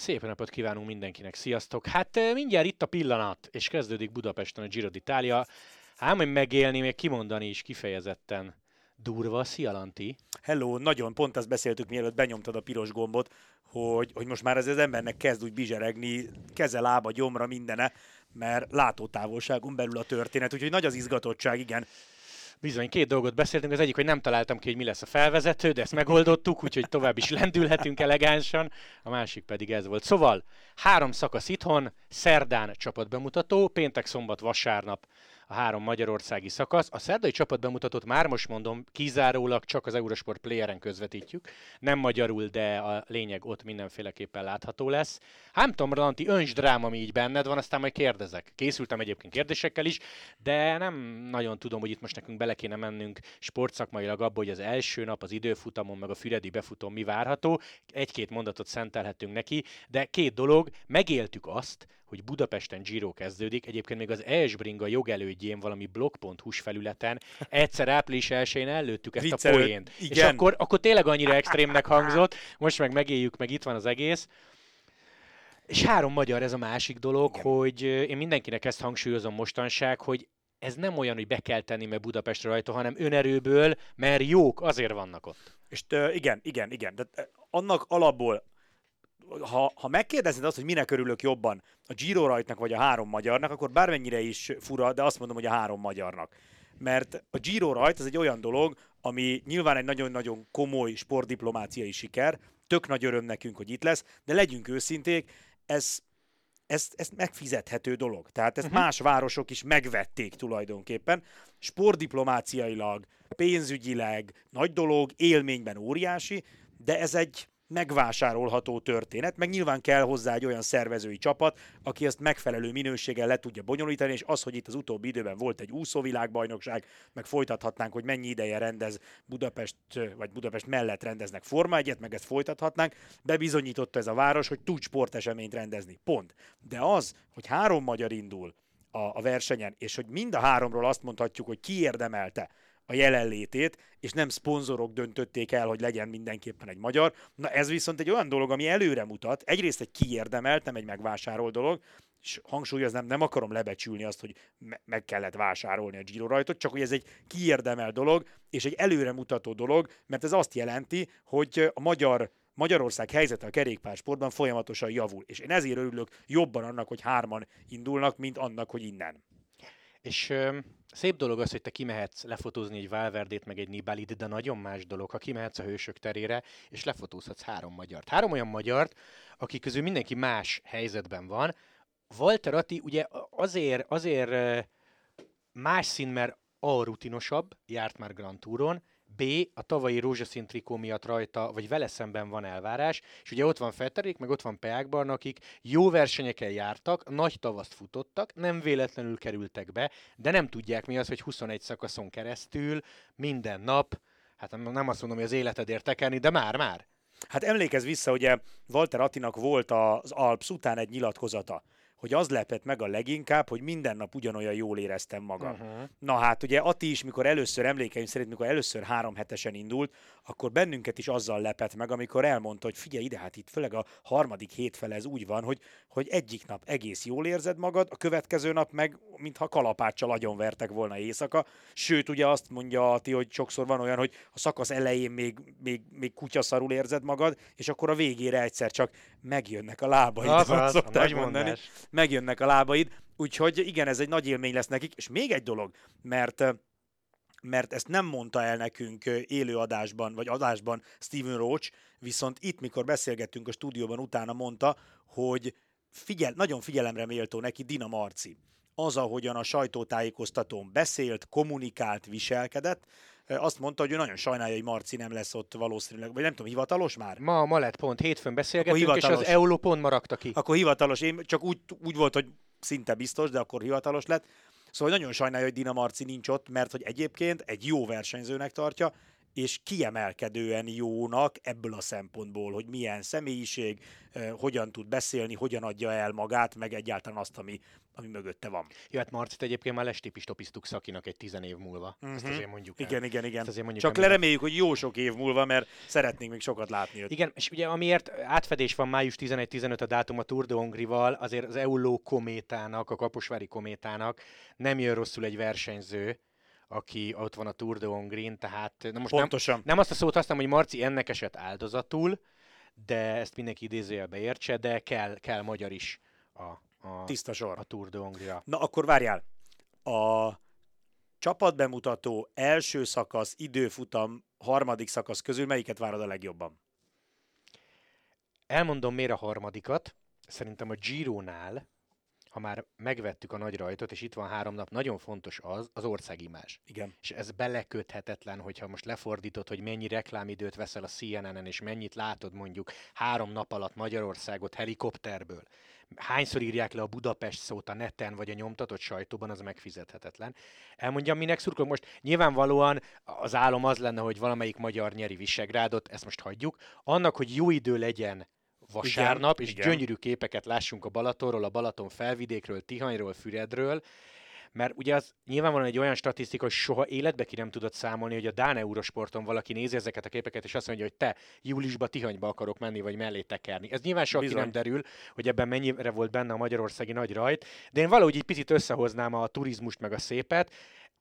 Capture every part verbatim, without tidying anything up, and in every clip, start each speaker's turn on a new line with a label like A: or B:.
A: Szép napot kívánunk mindenkinek, sziasztok! Hát mindjárt itt a pillanat, és kezdődik Budapesten a Giro d'Italia. Ám, hogy megélni, még kimondani is kifejezetten durva. Szia, Lanti!
B: Hello, nagyon pont azt beszéltük, mielőtt benyomtad a piros gombot, hogy, hogy most már ez az embernek kezd úgy bizseregni, keze, lába, gyomra, mindene, mert látótávolságon belül a történet, úgyhogy nagy az izgatottság, igen.
A: Bizony, két dolgot beszéltünk, az egyik, hogy nem találtam ki, hogy mi lesz a felvezető, de ezt megoldottuk, úgyhogy tovább is lendülhetünk elegánsan, a másik pedig ez volt. Szóval, három szakasz itthon, szerdán csapatbemutató, péntek, szombat, vasárnap a három magyarországi szakasz. A szerdai csapatbemutatót már most mondom, kizárólag csak az Eurosport Playeren közvetítjük. Nem magyarul, de a lényeg ott mindenféleképpen látható lesz. Nem tudom, Lanti, önts dráma, ami így benned van, aztán majd kérdezek. Készültem egyébként kérdésekkel is, de nem nagyon tudom, hogy itt most nekünk bele kéne mennünk sportszakmailag abba, hogy az első nap az időfutamon, meg a füredi befutón mi várható. Egy-két mondatot szentelhetünk neki, de két dolog, megéltük azt, hogy Budapesten Giro kezdődik, egyébként még az Esbringa jogelődjén valami blog pont hu-s felületen egyszer április elsején előttük ezt Viccelő, a poént. Igen. És akkor, akkor tényleg annyira extrémnek hangzott, most meg megéljük, meg itt van az egész. És három magyar, ez a másik dolog, igen. Hogy én mindenkinek ezt hangsúlyozom mostanság, hogy ez nem olyan, hogy be kell tenni, mert Budapestre rajta, hanem önerőből, mert jók azért vannak ott.
B: És t- igen, igen, igen. De annak alapból, Ha, ha megkérdezed azt, hogy minek örülök jobban, a Giro rajtnak vagy a három magyarnak, akkor bármennyire is fura, de azt mondom, hogy a három magyarnak. Mert a Giro rajt az egy olyan dolog, ami nyilván egy nagyon-nagyon komoly sportdiplomáciai siker, tök nagy öröm nekünk, hogy itt lesz, de legyünk őszinték, ez, ez, ez megfizethető dolog. Tehát ezt uh-huh. más városok is megvették tulajdonképpen. Sportdiplomáciailag, pénzügyileg nagy dolog, élményben óriási, de ez egy megvásárolható történet, meg nyilván kell hozzá egy olyan szervezői csapat, aki ezt megfelelő minőséggel le tudja bonyolítani, és az, hogy itt az utóbbi időben volt egy úszóvilágbajnokság, meg folytathatnánk, hogy mennyi ideje rendez Budapest, vagy Budapest mellett rendeznek Forma egyet, meg ezt folytathatnánk, bebizonyította ez a város, hogy tud sporteseményt rendezni. Pont. De az, hogy három magyar indul a, a versenyen, és hogy mind a háromról azt mondhatjuk, hogy ki érdemelte a jelenlétét, és nem szponzorok döntötték el, hogy legyen mindenképpen egy magyar. Na ez viszont egy olyan dolog, ami előre mutat. Egyrészt egy kiérdemelt, nem egy megvásárolt dolog, és hangsúlyoznám, nem akarom lebecsülni azt, hogy me- meg kellett vásárolni a Giro rajtot, csak hogy ez egy kiérdemelt dolog, és egy előre mutató dolog, mert ez azt jelenti, hogy a magyar Magyarország helyzete a kerékpársportban folyamatosan javul. És én ezért örülök jobban annak, hogy hárman indulnak, mint annak, hogy innen.
A: És ö, szép dolog az, hogy te kimehetsz lefotózni egy Valverdét, meg egy Nibalit, de nagyon más dolog, ha kimehetsz a Hősök terére, és lefotózhatsz három magyart. Három olyan magyart, akik közül mindenki más helyzetben van. Walter Atti ugye azért, azért más szín, mert A rutinosabb, járt már Grand Touron, B, a tavalyi rózsaszín trikó miatt rajta, vagy vele szemben van elvárás, és ugye ott van Fetterék, meg ott van Peák Barna, akik jó versenyeken jártak, nagy tavaszt futottak, nem véletlenül kerültek be, de nem tudják mi az, hogy huszonegy szakaszon keresztül, minden nap, hát nem azt mondom, hogy az életedért tekerni, de már-már.
B: Hát emlékezz vissza, ugye Walter Attinak volt az Alps után egy nyilatkozata, hogy az lepett meg a leginkább, hogy minden nap ugyanolyan jól éreztem magam. Uh-huh. Na hát ugye Atti is, mikor először, emlékeim szerint, mikor először három hetesen indult, akkor bennünket is azzal lepett meg, amikor elmondta, hogy figyelj ide, hát itt főleg a harmadik hétfele ez úgy van, hogy, hogy egyik nap egész jól érzed magad, a következő nap meg, mintha kalapáccsal agyonvertek volna éjszaka. Sőt, ugye azt mondja Atti, hogy sokszor van olyan, hogy a szakasz elején még, még, még kutyaszarul érzed magad, és akkor a végére egyszer csak megjönnek a lábaid.
A: Az az, a nagy mondás.
B: Megjönnek a lábaid, úgyhogy igen, ez egy nagy élmény lesz nekik, és még egy dolog, mert, mert ezt nem mondta el nekünk élő adásban, vagy adásban Steven Roach, viszont itt, mikor beszélgettünk a stúdióban, utána mondta, hogy figyel, nagyon figyelemre méltó neki Dina Marci. Az, ahogyan a sajtótájékoztatón beszélt, kommunikált, viselkedett, azt mondta, hogy ő nagyon sajnálja, hogy Marci nem lesz ott valószínűleg, vagy nem tudom, hivatalos már?
A: Ma, ma lett pont, hétfőn beszélgettünk, és az Eolo pont ma rakta ki.
B: Akkor hivatalos, én csak úgy, úgy volt, hogy szinte biztos, de akkor hivatalos lett. Szóval nagyon sajnálja, hogy Dina Marci nincs ott, mert hogy egyébként egy jó versenyzőnek tartja, és kiemelkedően jónak ebből a szempontból, hogy milyen személyiség, eh, hogyan tud beszélni, hogyan adja el magát, meg egyáltalán azt, ami, ami mögötte van.
A: Jó, hát Marcit egyébként már lestipistopiztuk Szakinak egy tizen év múlva. Uh-huh. Ezt azért mondjuk el.
B: Igen, igen, igen.
A: Ezt mondjuk
B: Csak
A: el,
B: lereméljük, hogy jó sok év múlva, mert szeretnénk még sokat látni őt.
A: Igen, és ugye amiért átfedés van május tizenegy-tizenöt a dátum a Tour de Hongrival, azért az Euló kométának, a Kaposvári kométának nem jön rosszul egy versenyző, aki ott van a Tour de Hongrin, tehát na most
B: Pontosan.
A: Nem, nem azt a szót használom, hogy Marci ennek esett áldozatul, de ezt mindenki idézőjelbe értse, de kell, kell magyar is a, a,
B: Tiszta sor.
A: a Tour de Hongrira.
B: Na akkor várjál, a csapatbemutató első szakasz, időfutam, harmadik szakasz közül melyiket várod a legjobban?
A: Elmondom miért a harmadikat. Szerintem a Gironál, ha már megvettük a nagy rajtot, és itt van három nap, nagyon fontos az, az országimázs.
B: Igen.
A: És ez beleköthetetlen, hogyha most lefordítod, hogy mennyi reklámidőt veszel a C N N-en, és mennyit látod mondjuk három nap alatt Magyarországot helikopterből. Hányszor írják le a Budapest szót a neten, vagy a nyomtatott sajtóban, az megfizethetetlen. Elmondjam, minek szurkolok most. Nyilvánvalóan az álom az lenne, hogy valamelyik magyar nyeri Visegrádot, ezt most hagyjuk. Annak, hogy jó idő legyen vasárnap, igen, és igen. gyönyörű képeket lássunk a Balatonról, a Balaton felvidékről, Tihanyról, Füredről, mert ugye az nyilvánvalóan egy olyan statisztika, hogy soha életbe ki nem tudod számolni, hogy a Dán Eurosporton valaki nézi ezeket a képeket, és azt mondja, hogy te júliusban Tihanyba akarok menni, vagy mellé tekerni. Ez nyilván soha ki nem derül, hogy ebben mennyire volt benne a magyarországi nagy rajt, de én valahogy egy picit összehoznám a turizmust meg a szépet.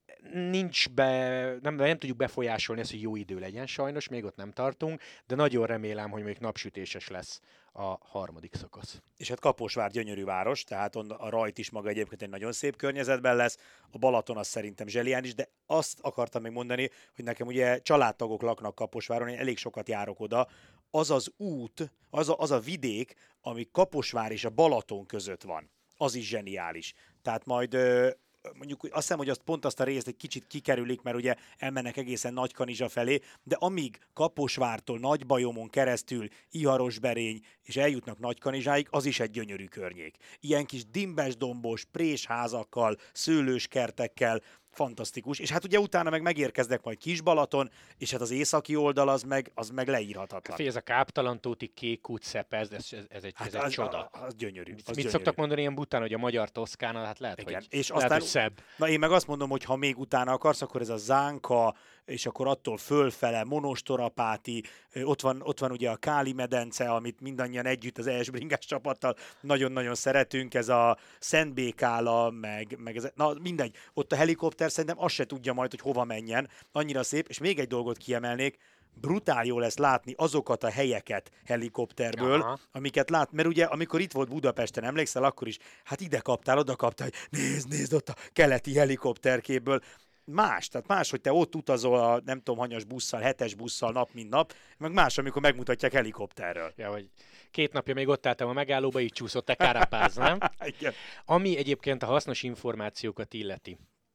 A: Nincs be, nem, nem tudjuk befolyásolni ezt, hogy jó idő legyen sajnos, még ott nem tartunk, de nagyon remélem, hogy még napsütéses lesz a harmadik szakasz.
B: És hát Kaposvár gyönyörű város, tehát a rajt is maga egyébként egy nagyon szép környezetben lesz, a Balaton az szerintem zseniális, de azt akartam még mondani, hogy nekem ugye családtagok laknak Kaposváron, én elég sokat járok oda, az az út, az a, az a vidék, ami Kaposvár és a Balaton között van, az is zseniális. Tehát majd mondjuk azt hiszem, hogy azt pont azt a részt egy kicsit kikerülik, mert ugye elmennek egészen Nagykanizsa felé, de amíg Kaposvártól Nagybajomon keresztül Iharosberény és eljutnak Nagykanizsáig, az is egy gyönyörű környék. Ilyen kis dimbes-dombos, présházakkal, szőlőskertekkel, fantasztikus. És hát ugye utána meg megérkeznek majd Kisbalaton, és hát az északi oldal az meg, az meg leírhatatlan.
A: Fél, ez a Káptalantóti, Kék út, Szepez, ez, ez, ez egy,
B: hát
A: ez egy
B: az,
A: csoda.
B: Az, az gyönyörű. Az
A: Mit
B: gyönyörű.
A: szoktak mondani ilyen bután, hogy a magyar Toszkána, hát lehet,
B: igen.
A: hogy,
B: és
A: lehet,
B: aztán,
A: hogy szebb.
B: Na én meg azt mondom, hogy ha még utána akarsz, akkor ez a Zánka, és akkor attól fölfele, Monostorapáti, ott van, ott van ugye a Káli medence, amit mindannyian együtt az E S bringás csapattal nagyon-nagyon szeretünk, ez a Szent Békála, meg, meg ez, na mindegy, ott a helikopter szerintem azt se tudja majd, hogy hova menjen, annyira szép, és még egy dolgot kiemelnék, brutál jó lesz látni azokat a helyeket helikopterből, aha, amiket lát, mert ugye amikor itt volt Budapesten, emlékszel, akkor is, hát ide kaptál, oda kaptál, hogy nézd, nézd ott a keleti helikopterképből, más, tehát más, hogy te ott utazol a nem tudom hanyas busszal, hetes busszal nap, mint nap, meg más, amikor megmutatják helikopterről.
A: Ja, hogy két napja még ott álltam a megállóba, így csúszott-e Carapaz, nem?
B: Igen.
A: Ami egyébként a hasznos információkat illeti.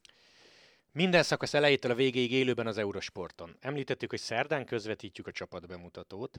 A: Minden szakasz elejétől a végéig élőben az Eurosporton. Említettük, hogy szerdán közvetítjük a csapatbemutatót,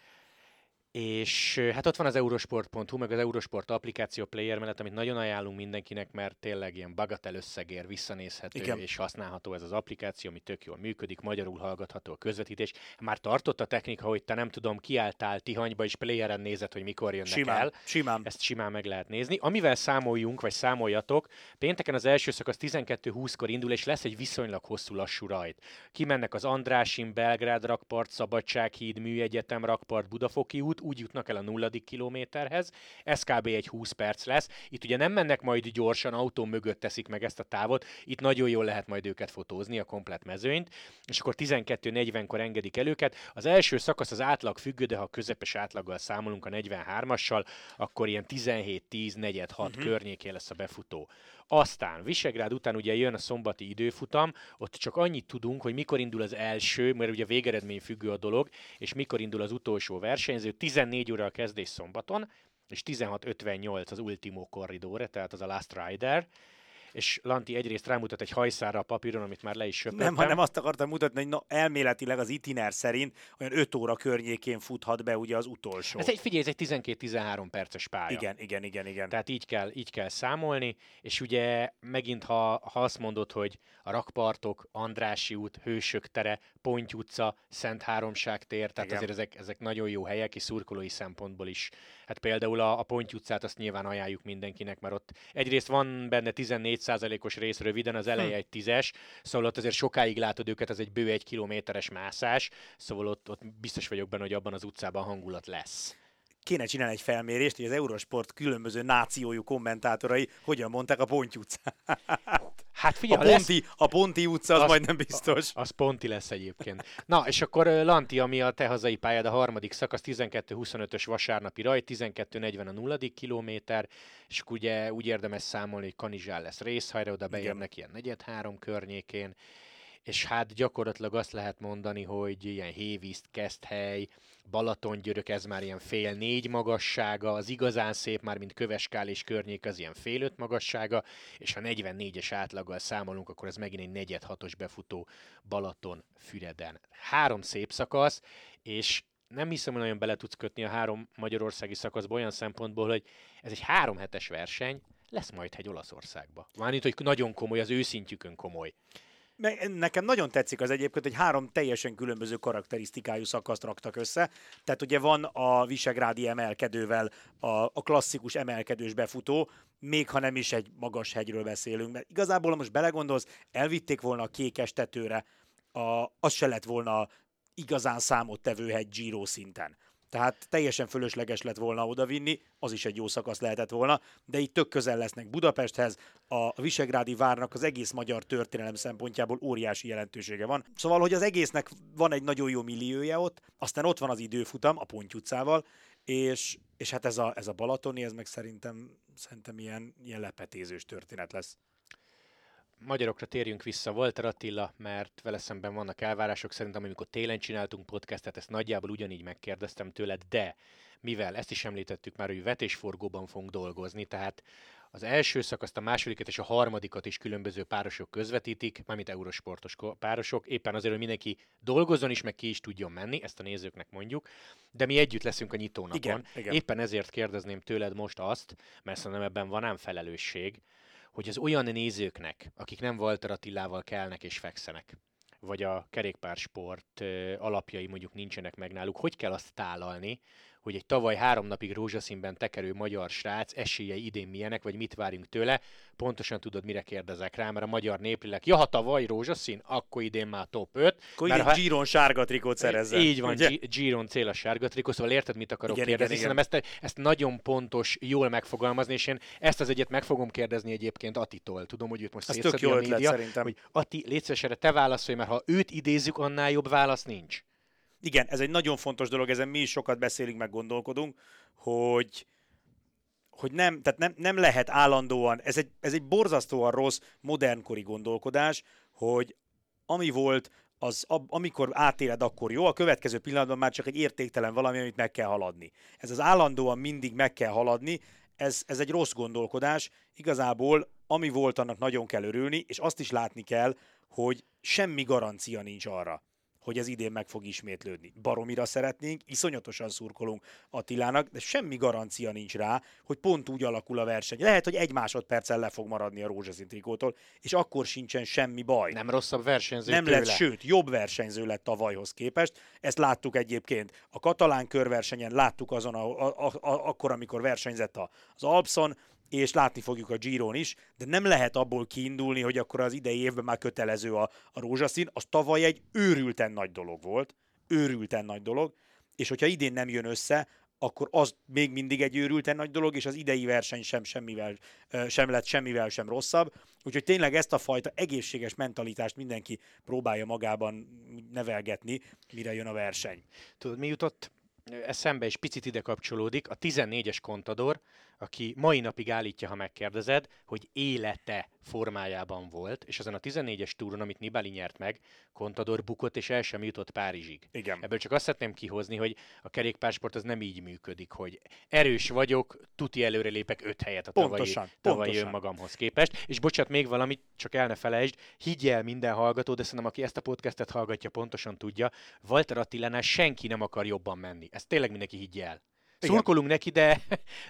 A: és hát ott van az eurosport pont hu, meg az Eurosport applikáció player mellett, amit nagyon ajánlunk mindenkinek, mert tényleg ilyen bagatel összegér, visszanézhető, igen, és használható ez az applikáció, ami tök jól működik, magyarul hallgatható a közvetítés. Már tartott a technika, hogy te nem tudom, kiálltál Tihanyba, és playeren nézed, hogy mikor jönnek
B: simán,
A: el.
B: Simán.
A: Ezt simán meg lehet nézni. Amivel számoljunk, vagy számoljatok, pénteken az első szakasz tizenkettő húszkor indul, és lesz egy viszonylag hosszú lassú rajt. Kimennek az Andrásin, Belgrád rakpart, Szabadsághíd, Műegyetem rakpart, Budafoki út, úgy jutnak el a nulladik kilométerhez, ez kb. Egy húsz perc lesz. Itt ugye nem mennek majd gyorsan, autó mögött teszik meg ezt a távot, itt nagyon jól lehet majd őket fotózni, a komplett mezőnyt, és akkor tizenkettő negyvenkor engedik el őket. Az első szakasz az átlag függő, de ha közepes átlaggal számolunk a negyvenhármassal, akkor ilyen tizenhét tíz negyven hat uh-huh. környékén lesz a befutó. Aztán Visegrád után ugye jön a szombati időfutam, ott csak annyit tudunk, hogy mikor indul az első, mert ugye végeredmény függő a dolog, és mikor indul az utolsó versenyző, tizennégy óra a kezdés szombaton, és tizenhat ötvennyolc az Ultimo Corridore, tehát az a Last Rider, és Lanti egyrészt rámutat egy hajszárra a papíron, amit már le is söpörtem.
B: Nem, hanem azt akartam mutatni, hogy na, elméletileg az itiner szerint olyan öt óra környékén futhat be ugye az utolsó.
A: Ez egy, figyelj, ez egy tizenkét-tizenhárom perces pálya.
B: Igen, igen, igen, igen.
A: Tehát így kell, így kell számolni, és ugye megint, ha, ha azt mondod, hogy a rakpartok, Andrássy út, Hősök tere, Ponty utca, Szent Háromság tér, tehát
B: Igen.
A: azért ezek, ezek nagyon jó helyek, és szurkolói szempontból is. Hát például a, a Ponty utcát azt nyilván ajánljuk mindenkinek, mert ott egyrészt van benne tizennégy százalékos rész röviden, az eleje hm. egy tízes, szóval ott azért sokáig látod őket, ez egy bő egy kilométeres mászás, szóval ott, ott biztos vagyok benne, hogy abban az utcában hangulat lesz.
B: Kéne csinálni egy felmérést, hogy az Eurosport különböző nációjú kommentátorai hogyan mondták a Ponty utcát.
A: Hát figyelj,
B: a, Ponty, lesz... a Ponty utca az, az majdnem biztos.
A: Az Ponty lesz egyébként. Na, és akkor Lanti, ami a te hazai pályád, a harmadik szakasz, tizenkettő huszonötös vasárnapi rajt, tizenkettő negyven a nulladik kilométer, és ugye úgy érdemes számolni, hogy Kanizsán lesz részhajra, oda beérnek ilyen negyed három környékén, és hát gyakorlatilag azt lehet mondani, hogy ilyen Hévíz, Keszthely, Balatongyörök, ez már ilyen fél négy magassága, az igazán szép már, mint Köveskál és környék, az ilyen fél öt magassága, és ha negyvennégyes átlaggal számolunk, akkor ez megint egy negyed hatos befutó Balaton-Füreden. Három szép szakasz, és nem hiszem, hogy nagyon bele tudsz kötni a három magyarországi szakaszba olyan szempontból, hogy ez egy három hetes verseny, lesz majd egy Olaszországba. Mármint, hogy nagyon komoly, az őszintjükön komoly.
B: Nekem nagyon tetszik az egyébként, hogy három teljesen különböző karakterisztikájú szakaszt raktak össze. Tehát ugye van a visegrádi emelkedővel a, a klasszikus emelkedős befutó, még ha nem is egy magas hegyről beszélünk, mert igazából, most belegondolsz, elvitték volna a Kékes tetőre, a, az se lett volna igazán számottevő hegy Giro szinten. Tehát teljesen fölösleges lett volna odavinni, az is egy jó szakasz lehetett volna, de itt tök közel lesznek Budapesthez, a Visegrádi várnak az egész magyar történelem szempontjából óriási jelentősége van. Szóval, hogy az egésznek van egy nagyon jó milliója ott, aztán ott van az időfutam a Ponty utcával, és, és hát ez a, ez a balatoni, ez meg szerintem, szerintem ilyen, ilyen lepetézős történet lesz.
A: Magyarokra térjünk vissza, Walter Attila, mert vele szemben vannak elvárások, szerintem amikor télen csináltunk podcastet, ezt nagyjából ugyanígy megkérdeztem tőled, de mivel ezt is említettük már, hogy vetésforgóban fogunk dolgozni, tehát az első szakaszt, a másodikat és a harmadikat is különböző párosok közvetítik, mármint eurosportos párosok, éppen azért, hogy mindenki dolgozzon is, meg ki is tudjon menni, ezt a nézőknek mondjuk, de mi együtt leszünk a nyitónapon.
B: Igen, igen.
A: Éppen ezért kérdezném tőled most azt, mert szerintem ebben van ám felelősség, hogy az olyan nézőknek, akik nem Walter Attilával kelnek és fekszenek, vagy a kerékpársport alapjai mondjuk nincsenek meg náluk, hogy kell azt tálalni, hogy egy tavaly három napig rózsaszínben tekerő magyar srác esélyei idén milyenek, vagy mit várjunk tőle, pontosan tudod, mire kérdezek rá, mert a magyar néplélek, ja, ha tavaly rózsaszín, akkor idén már top öt.
B: Akkor idén ha... Giron sárga trikót szerezzen.
A: Így van, G- Giron cél a sárga trikó, szóval érted, mit akarok
B: igen,
A: kérdezni,
B: igen,
A: igen. Ezt, ezt nagyon pontos, jól megfogalmazni, és én ezt az egyet meg fogom kérdezni egyébként Attitól. Tudom, hogy őt most szétszedje a média,
B: szerintem.
A: Hogy Atti, légy szíves, erre te válaszolj, mert ha őt idézzük, annál jobb válasz nincs.
B: Igen, ez egy nagyon fontos dolog, ezen mi is sokat beszélünk, meg gondolkodunk, hogy, hogy nem, tehát nem, nem lehet állandóan, ez egy, ez egy borzasztóan rossz, modernkori gondolkodás, hogy ami volt, az amikor átéled, akkor jó, a következő pillanatban már csak egy értéktelen valami, amit meg kell haladni. Ez az állandóan mindig meg kell haladni, ez, ez egy rossz gondolkodás, igazából ami volt, annak nagyon kell örülni, és azt is látni kell, hogy semmi garancia nincs arra, hogy ez idén meg fog ismétlődni. Baromira szeretnénk, iszonyatosan szurkolunk Attilának, de semmi garancia nincs rá, hogy pont úgy alakul a verseny. Lehet, hogy egy másodperccel le fog maradni a rózsaszín trikótól, és akkor sincsen semmi baj.
A: Nem rosszabb versenyző
B: Nem
A: tőle.
B: lett, sőt, jobb versenyző lett tavalyhoz képest. Ezt láttuk egyébként a katalán körversenyen, láttuk azon a, a, a, a, akkor, amikor versenyzett az Alpson, és látni fogjuk a Giron is, de nem lehet abból kiindulni, hogy akkor az idei évben már kötelező a, a rózsaszín. Az tavaly egy őrülten nagy dolog volt, őrülten nagy dolog, és hogyha idén nem jön össze, akkor az még mindig egy őrülten nagy dolog, és az idei verseny sem, semmivel, sem lett semmivel sem rosszabb. Úgyhogy tényleg ezt a fajta egészséges mentalitást mindenki próbálja magában nevelgetni, mire jön a verseny.
A: Tudod, mi jutott eszembe, és picit ide kapcsolódik, a tizennégyes Contador, aki mai napig állítja, ha megkérdezed, hogy élete formájában volt, és azon a tizennégyes túron, amit Nibali nyert meg, Contador bukott, és el sem jutott Párizsig.
B: Igen.
A: Ebből csak azt szeretném kihozni, hogy a kerékpársport az nem így működik, hogy erős vagyok, tuti előre lépek öt helyet a tavalyi,
B: Pontosan,
A: tavalyi
B: pontosan.
A: önmagamhoz képest. És bocsánat, még valamit, csak el ne felejtsd, higgy el minden hallgató, de szerintem aki ezt a podcastet hallgatja, pontosan tudja, Walter Attilánál senki nem akar jobban menni. Ezt tényleg mindenki higgye el.
B: Igen.
A: Szurkolunk neki, de...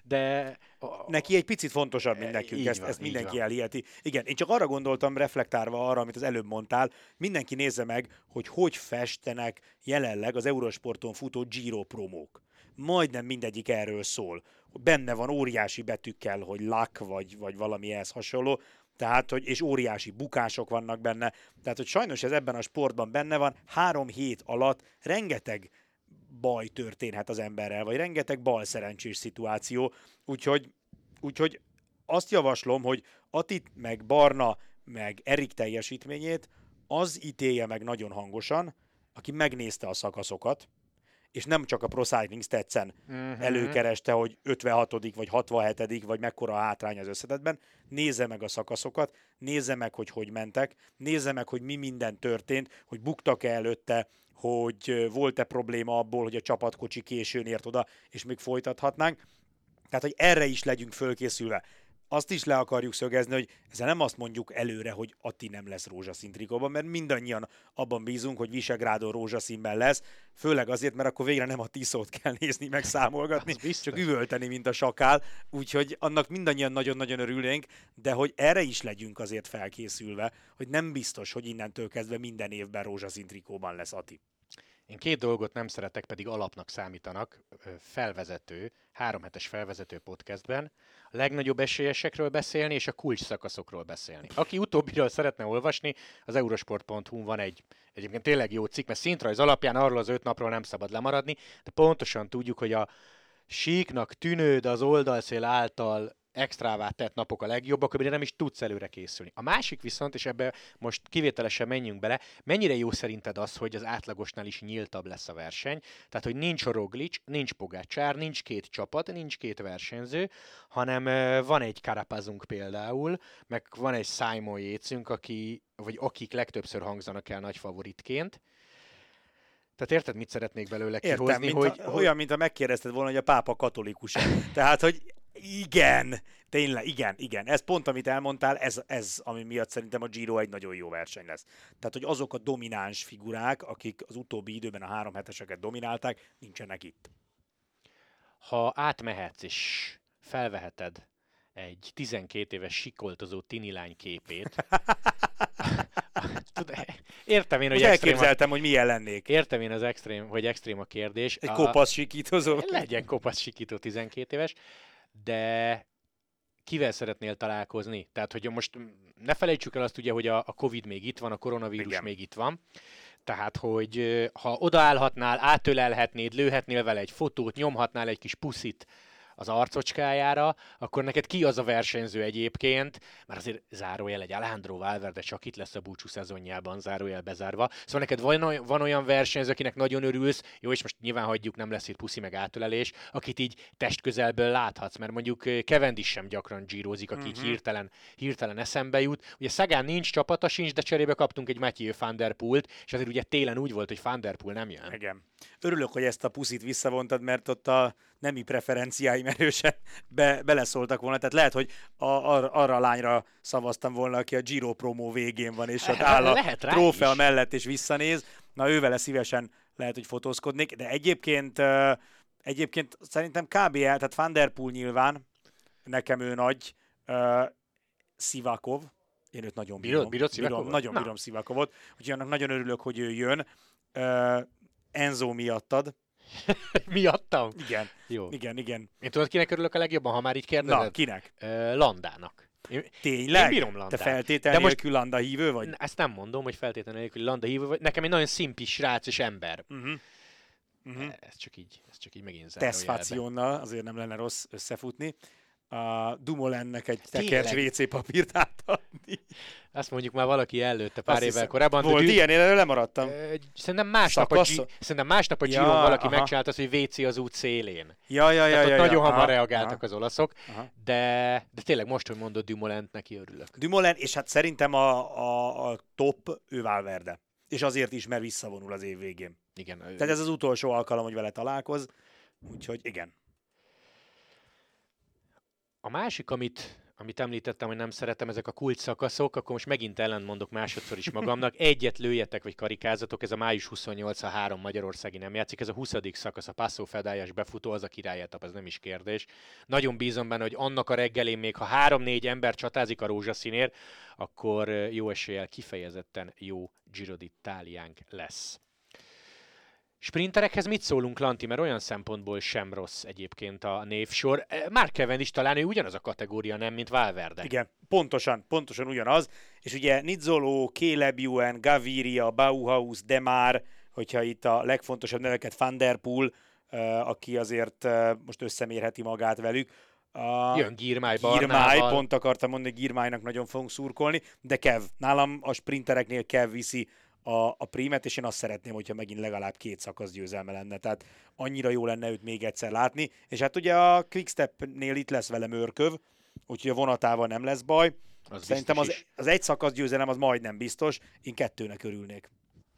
A: de
B: Neki egy picit fontosabb, mint nekünk, ezt,
A: van,
B: ezt mindenki
A: van.
B: elhiheti. Igen, én csak arra gondoltam, reflektálva arra, amit az előbb mondtál, mindenki nézze meg, hogy hogy festenek jelenleg az Eurosporton futó Giro promók. Majdnem mindegyik erről szól. Benne van óriási betűkkel, hogy luck, vagy, vagy valami ehhez hasonló, tehát, hogy, és óriási bukások vannak benne. Tehát, hogy sajnos ez ebben a sportban benne van, három hét alatt rengeteg baj történhet az emberrel, vagy rengeteg balszerencsés szituáció, úgyhogy, úgyhogy azt javaslom, hogy Atit, meg Barna, meg Erik teljesítményét az ítélje meg nagyon hangosan, aki megnézte a szakaszokat, és nem csak a Pro Cycling Stats-en uh-huh. előkereste, hogy ötvenhatodik vagy hatvanhetedik vagy mekkora a hátrány az összetetben, nézze meg a szakaszokat, nézze meg, hogy hogy mentek, nézze meg, hogy mi minden történt, hogy buktak-e előtte, hogy volt-e probléma abból, hogy a csapatkocsi későn ért oda, és még folytathatnánk. Tehát, hogy erre is legyünk fölkészülve. Azt is le akarjuk szögezni, hogy ezzel nem azt mondjuk előre, hogy Atti nem lesz rózsaszín trikóban, mert mindannyian abban bízunk, hogy Visegrádon rózsaszínben lesz, főleg azért, mert akkor végre nem a Tiszót kell nézni, meg számolgatni, csak üvölteni, mint a sakál, úgyhogy annak mindannyian nagyon-nagyon örülnénk, de hogy erre is legyünk azért felkészülve, hogy nem biztos, hogy innentől kezdve minden évben rózsaszín trikóban lesz Atti.
A: Én két dolgot nem szeretek, pedig alapnak számítanak. Felvezető, háromhetes felvezető podcastben a legnagyobb esélyesekről beszélni, és a kulcs szakaszokról beszélni. Aki utóbbiről szeretne olvasni, az eurosport pont hu van egy egyébként tényleg jó cikk, mert szintrajz alapján arról az öt napról nem szabad lemaradni, de pontosan tudjuk, hogy a síknak tűnő, de az oldalszél által extrává tett napok a legjobbak, amire nem is tudsz előre készülni. A másik viszont, és ebbe most kivételesen menjünk bele, mennyire jó szerinted az, hogy az átlagosnál is nyíltabb lesz a verseny, tehát hogy nincs Roglic, nincs Pogačar, nincs két csapat, nincs két versenyző, hanem van egy Carapazunk például, meg van egy Simon Yatesünk, aki, vagy akik legtöbbször hangzanak el nagy favoritként. Tehát érted, mit szeretnék belőle
B: kihozni?
A: Értem,
B: mint
A: hogy,
B: a,
A: hogy...
B: olyan, mint ha megkérdezted volna, hogy a pápa katolikus. Tehát, hogy igen, tényleg, igen, igen. Ez pont, amit elmondtál, ez, ez, ami miatt szerintem a Giro egy nagyon jó verseny lesz. Tehát, hogy azok a domináns figurák, akik az utóbbi időben a három heteseket dominálták, nincsenek itt.
A: Ha átmehetsz és felveheted egy tizenkét éves sikoltozó tinilány képét, Tud, értem én, hogy
B: Most
A: extrém
B: elképzeltem,
A: a...
B: hogy milyen lennék.
A: Értem én, az extrém, hogy extrém a kérdés.
B: Egy
A: a...
B: kopasz sikítozó.
A: Legyen kopasz sikító tizenkét éves, de kivel szeretnél találkozni? Tehát, hogy most ne felejtsük el azt ugye, hogy a, a Covid még itt van, a koronavírus Igen. még itt van. Tehát, hogy ha odaállhatnál, átölelhetnéd, lőhetnél vele egy fotót, nyomhatnál egy kis puszit az arcocskájára, akkor neked ki az a versenyző egyébként, mert azért zárójel egy Alejandro Valverde csak itt lesz a búcsú szezonjában, zárójel bezárva. Szóval neked van, olyan, van olyan versenyző, akinek nagyon örülsz, jó, és most nyilván hagyjuk, nem lesz itt puszi meg átölelés, akit így testközelből láthatsz, mert mondjuk Cavendish sem gyakran gyírozik, aki uh-huh. hirtelen, hirtelen eszembe jut. Ugye Sagan nincs, csapata sincs, de cserébe kaptunk egy Mathieu van der Poelt, és azért ugye télen úgy volt, hogy Van der Poel nem jön.
B: Igen. Örülök, hogy ezt a puszit visszavontad, mert ott a nemi preferenciáim erősen be, beleszóltak volna. Tehát lehet, hogy a, ar, arra a lányra szavaztam volna, aki a Giro promó végén van, és ott áll a trófea mellett, és visszanéz. Na, ővele szívesen lehet, hogy fotózkodnék, de egyébként, uh, egyébként szerintem kb. Tehát Van der Poel nyilván, nekem ő nagy, uh, Sivakov, én őt nagyon bírom.
A: Bírod, bírod
B: bírom nagyon Na. bírom Sivakovot, úgyhogy annak nagyon örülök, hogy ő jön. Uh, Enzo miattad.
A: Miattam?
B: Igen.
A: Jó.
B: Igen, igen.
A: Én tudod, kinek örülök a legjobban, ha már így kérdezed?
B: Na, kinek?
A: Uh, Landának. Én,
B: Tényleg?
A: Én bírom Landát.
B: Te feltétlenül nélkül Landa hívő vagy?
A: Ezt nem mondom, hogy feltétlenül nélkül Landa hívő vagy. Nekem egy nagyon szimpis srác és ember.
B: Uh-huh. Uh-huh.
A: Ez csak így, ez csak így megint zárójelbe.
B: Teszfációnnal azért nem lenne rossz összefutni. A Dumoulinnek egy tekercs vé cé papírt átadni.
A: Azt mondjuk már valaki előtte pár
B: Azt
A: évvel
B: hiszem,
A: korábban.
B: Volt
A: dű-
B: ilyen, én erről lemaradtam.
A: Ö, Szerintem másnap a, G- szerintem másnap a
B: Ja,
A: Giron valaki
B: aha.
A: megcsinált azt, hogy vé cé az út szélén.
B: Ja, ja, ja,
A: Tehát
B: ja,
A: ott
B: ja,
A: nagyon
B: aha,
A: hamar reagáltak
B: aha.
A: az olaszok,
B: Aha.
A: de, de tényleg most, hogy mondod Dumoulin, neki örülök.
B: Dumoulin, és hát szerintem a, a, a top ő Valverde. És azért is, mert visszavonul az év végén.
A: Igen.
B: Tehát ez az utolsó alkalom, hogy vele találkoz, úgyhogy igen.
A: A másik, amit, amit említettem, hogy nem szeretem, ezek a kult szakaszok, akkor most megint ellentmondok másodszor is magamnak. Egyet lőjetek, vagy karikázatok, ez a május huszonnyolc, a három magyarországi nem játszik, ez a huszadik szakasz, a Passo Fedályás befutó, az a királyetap, ez nem is kérdés. Nagyon bízom benne, hogy annak a reggelén még, ha három-négy ember csatázik a rózsaszínért, akkor jó eséllyel kifejezetten jó Giro d'Italiánk lesz. Sprinterekhez mit szólunk, Lanti, mert olyan szempontból sem rossz egyébként a névsor. Mark Cavendish talán ő ugyanaz a kategória, nem, mint Valverde.
B: Igen, pontosan, pontosan ugyanaz. És ugye Nizzolo, Caleb Ewan, Gaviria, Bauhaus, Demar, hogyha itt a legfontosabb neveket, Van der Poel, uh, aki azért uh, most összemérheti magát velük. Uh,
A: Jön Girmay,
B: Girmay,
A: Barnával.
B: pont akartam mondani, hogy Girmaynak nagyon fogunk szurkolni, de Kev, nálam a sprintereknél Kev viszi a, a prímet, és én azt szeretném, hogyha megint legalább két szakasz győzelme lenne. Tehát annyira jó lenne őt még egyszer látni. És hát ugye a Quickstep-nél itt lesz vele Mörköv, úgyhogy a vonatával nem lesz baj.
A: Az
B: Szerintem az,
A: is.
B: az egy szakasz győzelem az majdnem biztos, én kettőnek örülnék.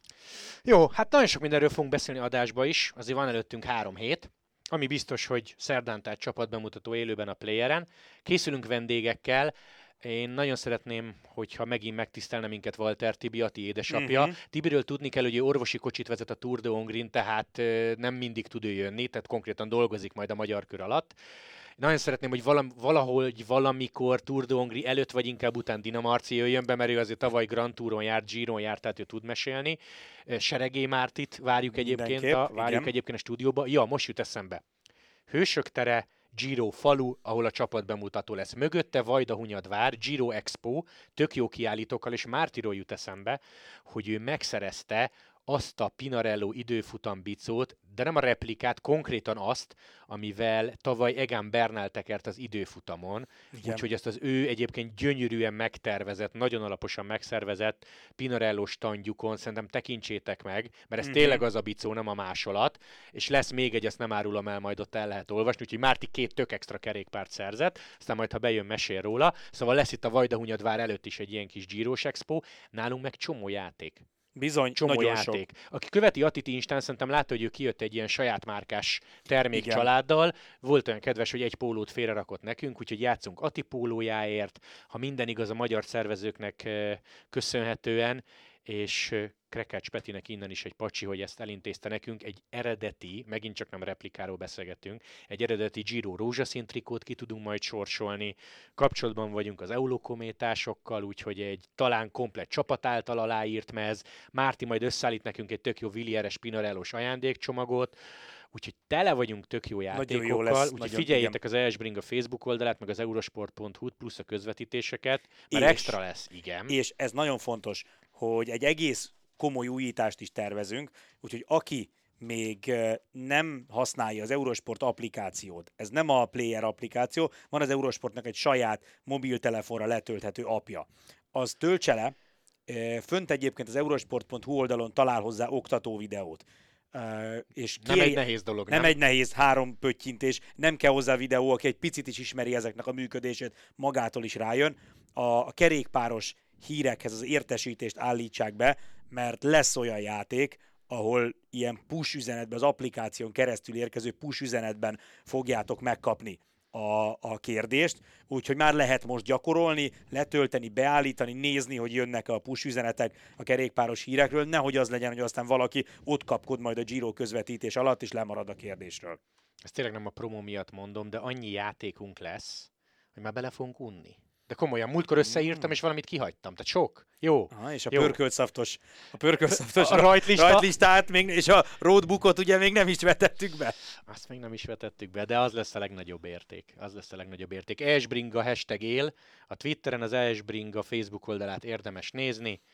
A: Jó, hát nagyon sok mindenről fogunk beszélni adásba is, azért van előttünk három hét, ami biztos, hogy szerdán, tehát csapatbemutató élőben a Playeren. Készülünk vendégekkel, én nagyon szeretném, hogyha megint megtisztelne minket Walter Tibi, Ati édesapja.
B: Mhm.
A: Tibiről tudni kell, hogy ő orvosi kocsit vezet a Tour de Hongrin, tehát ö, nem mindig tud ő jönni, tehát konkrétan dolgozik majd a magyar kör alatt. Nagyon szeretném, hogy valam, valahogy valamikor Tour de Hongrie előtt, vagy inkább után Dina Marci jöjjön be, mert ő azért tavaly Grand Touron járt, Giron járt, tehát ő tud mesélni. Seregély Mártit várjuk egyébként, a, várjuk egyébként a stúdióba. Ja, most jut eszembe. Hősök tere, Giro falu, ahol a csapat bemutató lesz. Mögötte Vajdahunyad vár, Giro Expo, tök jó kiállítókkal, és Mártiról jut eszembe, hogy ő megszerezte azt a Pinarello időfutam bicót, de nem a replikát, konkrétan azt, amivel tavaly Egan Bernal tekert az időfutamon. Úgyhogy ezt az ő egyébként gyönyörűen megtervezett, nagyon alaposan megszervezett Pinarello standjukon szerintem tekintsétek meg, mert ez
B: Mhm.
A: tényleg az a bicó, nem a másolat, és lesz még egy, ezt nem árulom el, majd ott el lehet olvasni, úgyhogy Márti két tök extra kerékpárt szerzett, aztán majd, ha bejön, mesél róla. Szóval lesz itt a Vajdahunyadvár előtt is egy ilyen kis Giros Expo, nálunk meg csomó játék.
B: Bizony,
A: Csomó
B: nagyon
A: játék.
B: sok.
A: Aki követi Attit Instán, szerintem látta, hogy ő kijött egy ilyen saját márkás termék
B: Igen.
A: családdal. Volt olyan kedves, hogy egy pólót félrerakott nekünk, úgyhogy játszunk Atti pólójáért, ha minden igaz a magyar szervezőknek eh, köszönhetően, és eh, Krekács Petinek innen is egy pacsi, hogy ezt elintézte nekünk, egy eredeti, megint csak nem replikáról beszélgetünk, egy eredeti Giro rózsaszín trikót ki tudunk majd sorsolni. Kapcsolatban vagyunk az Eurokométásokkal, úgyhogy egy talán komplett csapat által aláírt mez. Márti majd összeállít nekünk egy tök jó Villieres Pinarellos ajándékcsomagot, úgyhogy tele vagyunk tök jó játékokkal,
B: jó lesz,
A: úgyhogy
B: nagyon,
A: figyeljétek az Espring a Facebook oldalát, meg az eurosport pont hu plusz a közvetítéseket, mert
B: És-
A: extra lesz, igen.
B: És ez nagyon fontos, hogy egy egész komoly újítást is tervezünk, úgyhogy aki még eh, nem használja az Eurosport applikációt, ez nem a Player applikáció, van az Eurosportnak egy saját mobiltelefonra letölthető appja. Az töltse le, eh, fönt egyébként az eurosport pont hu oldalon talál hozzá oktató videót. Uh, és
A: Nem
B: kéri-
A: egy nehéz dolog,
B: nem,
A: nem?
B: egy nehéz három pöttyintés, nem kell hozzá videó, aki egy picit is ismeri ezeknek a működését, magától is rájön. A, a kerékpáros hírekhez az értesítést állítsák be, mert lesz olyan játék, ahol ilyen push üzenetben, az applikáción keresztül érkező push üzenetben fogjátok megkapni a, a kérdést, úgyhogy már lehet most gyakorolni, letölteni, beállítani, nézni, hogy jönnek a push üzenetek a kerékpáros hírekről, nehogy az legyen, hogy aztán valaki ott kapkod majd a Giro közvetítés alatt, és lemarad a kérdésről.
A: Ezt tényleg nem a promo miatt mondom, de annyi játékunk lesz, hogy már bele fogunk unni. De komolyan, múltkor összeírtam, és valamit kihagytam. Tehát sok. Jó.
B: Aha, és a
A: Jó.
B: pörköltszaftos, a pörköltszaftos
A: A rajtlista.
B: rajtlistát, még, és a roadbookot ugye még nem is vetettük be.
A: Azt még nem is vetettük be, de az lesz a legnagyobb érték. Az lesz a legnagyobb érték. Esbringa hashtag él. A Twitteren az Esbringa Facebook oldalát érdemes nézni.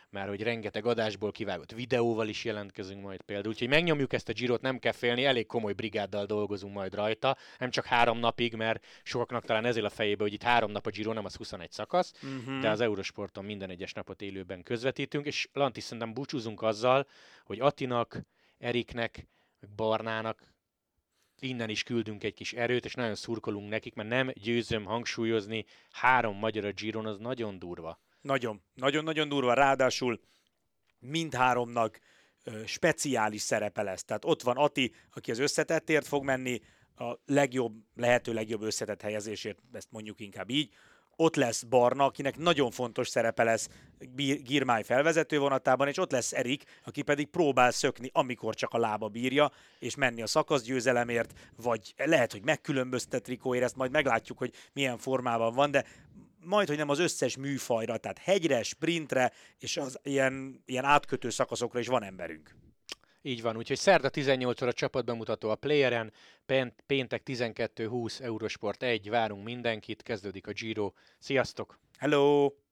A: már hogy rengeteg adásból kivágott videóval is jelentkezünk majd például. Úgyhogy megnyomjuk ezt a Girot, nem kell félni, elég komoly brigáddal dolgozunk majd rajta, nem csak három napig, mert sokaknak talán ezért a fejébe, hogy itt három nap a Giro, nem az huszonegy szakasz, uh-huh. de az Eurosporton minden egyes napot élőben közvetítünk, és Lanti, szerintem búcsúzunk azzal, hogy Attinak, Eriknek, Barnának innen is küldünk egy kis erőt, és nagyon szurkolunk nekik, mert nem győzöm hangsúlyozni, három magyar a Giron, az nagyon durva.
B: Nagyon, nagyon-nagyon durva, ráadásul mindháromnak ö, speciális szerepe lesz. Tehát ott van Ati, aki az összetettért fog menni, a legjobb, lehető legjobb összetett helyezésért, ezt mondjuk inkább így. Ott lesz Barna, akinek nagyon fontos szerepe lesz Girmay felvezető vonatában, és ott lesz Erik, aki pedig próbál szökni, amikor csak a lába bírja, és menni a szakaszgyőzelemért, vagy lehet, hogy megkülönböztet trikóért, ezt majd meglátjuk, hogy milyen formában van, de majd, hogy nem az összes műfajra, tehát hegyre, sprintre, és az ilyen, ilyen átkötő szakaszokra is van emberünk.
A: Így van, úgyhogy szerda tizennyolc óra csapatbemutató a Playeren, péntek tizenkettő húsz Eurosport egy, várunk mindenkit, kezdődik a Giro. Sziasztok!
B: Hello!